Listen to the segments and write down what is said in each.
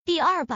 第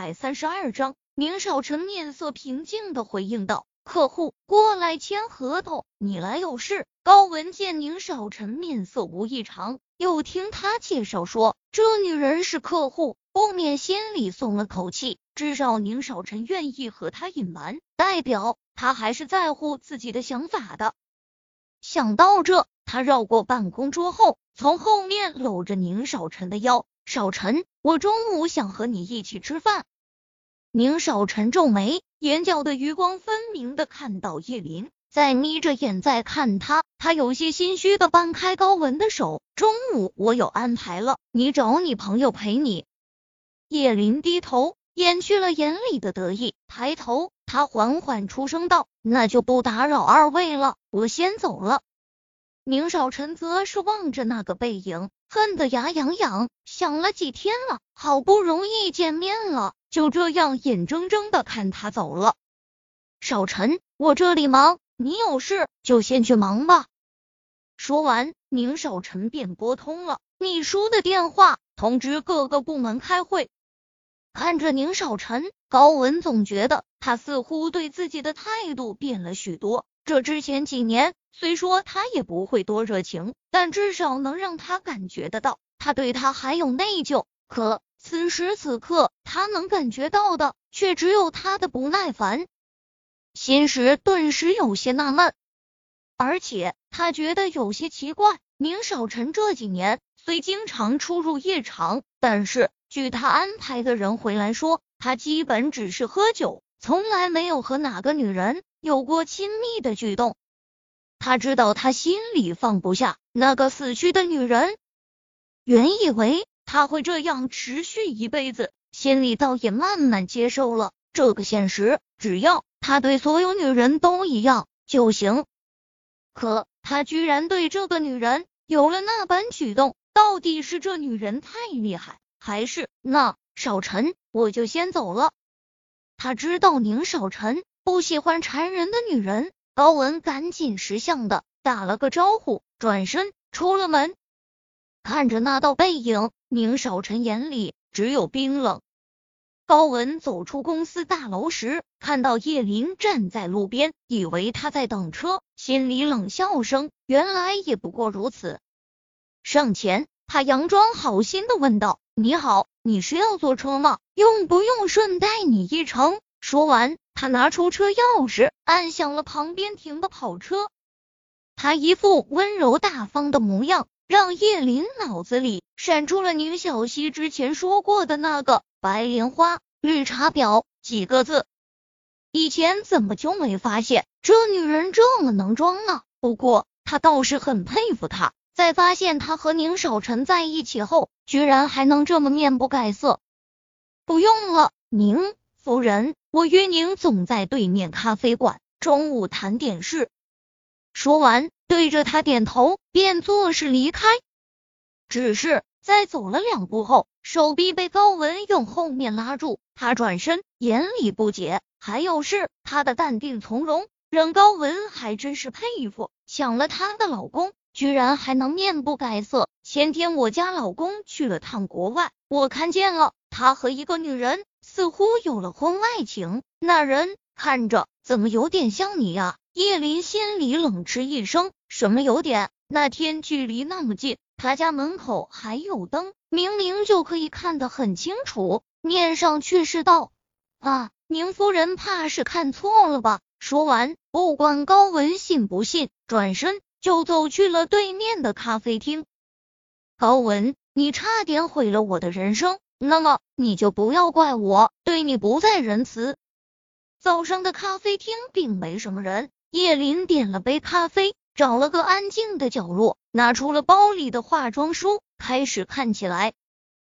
232章，宁少臣面色平静地回应道：“客户过来签合同，你来有事。”高文见宁少臣面色无异常，又听他介绍说这女人是客户，不免心里松了口气，至少宁少臣愿意和他隐瞒，代表他还是在乎自己的想法的。想到这，他绕过办公桌后，从后面搂着宁少臣的腰：“少臣，我中午想和你一起吃饭。”宁少臣皱眉，眼角的余光分明的看到叶林在眯着眼在看他，他有些心虚的搬开高文的手：“中午我有安排了，你找你朋友陪你。”叶林低头，掩去了眼里的得意，抬头，他缓缓出声道：“那就不打扰二位了，我先走了。”宁少臣则是望着那个背影，恨得牙痒痒，想了几天了，好不容易见面了，就这样眼睁睁的看他走了。“少臣，我这里忙，你有事就先去忙吧。”说完，宁少臣便拨通了秘书的电话，通知各个部门开会。看着宁少臣，高文总觉得他似乎对自己的态度变了许多。这之前几年，虽说他也不会多热情，但至少能让他感觉得到他对他还有内疚。可此时此刻，他能感觉到的却只有他的不耐烦。心时顿时有些纳闷，而且他觉得有些奇怪，宁少臣这几年虽经常出入夜场，但是据他安排的人回来说，他基本只是喝酒，从来没有和哪个女人有过亲密的举动。他知道他心里放不下那个死去的女人，原以为他会这样持续一辈子，心里倒也慢慢接受了这个现实，只要他对所有女人都一样就行。可他居然对这个女人有了那般举动，到底是这女人太厉害，还是……那少臣，我就先走了。他知道宁少臣不喜欢缠人的女人，高文赶紧识相的打了个招呼，转身出了门。看着那道背影，宁少臣眼里只有冰冷。高文走出公司大楼时，看到叶林站在路边，以为他在等车，心里冷笑声，原来也不过如此。上前，他佯装好心的问道：“你好，你是要坐车吗？用不用顺带你一程？”说完，他拿出车钥匙，按响了旁边停的跑车。他一副温柔大方的模样，让叶林脑子里闪出了宁小溪之前说过的那个白莲花绿茶婊几个字。以前怎么就没发现这女人这么能装呢？不过他倒是很佩服她，在发现他和宁少臣在一起后，居然还能这么面不改色。“不用了，宁夫人，我约宁总在对面咖啡馆，中午谈点事。”说完，对着他点头，便作势离开。只是在走了2步后，手臂被高文用后面拉住，他转身，眼里不解，还有事。他的淡定从容，让高文还真是佩服。抢了他的老公，居然还能面不改色。前天我家老公去了趟国外，我看见了他和一个女人似乎有了婚外情，那人看着怎么有点像你呀？叶林心里冷嗤一声，什么有点？那天距离那么近，他家门口还有灯，明明就可以看得很清楚。面上却是道：“啊，宁夫人怕是看错了吧？”说完，不管高文信不信，转身就走去了对面的咖啡厅。“高文，你差点毁了我的人生，那么你就不要怪我对你不再仁慈。”早上的咖啡厅并没什么人，叶林点了杯咖啡，找了个安静的角落，拿出了包里的化妆书，开始看起来。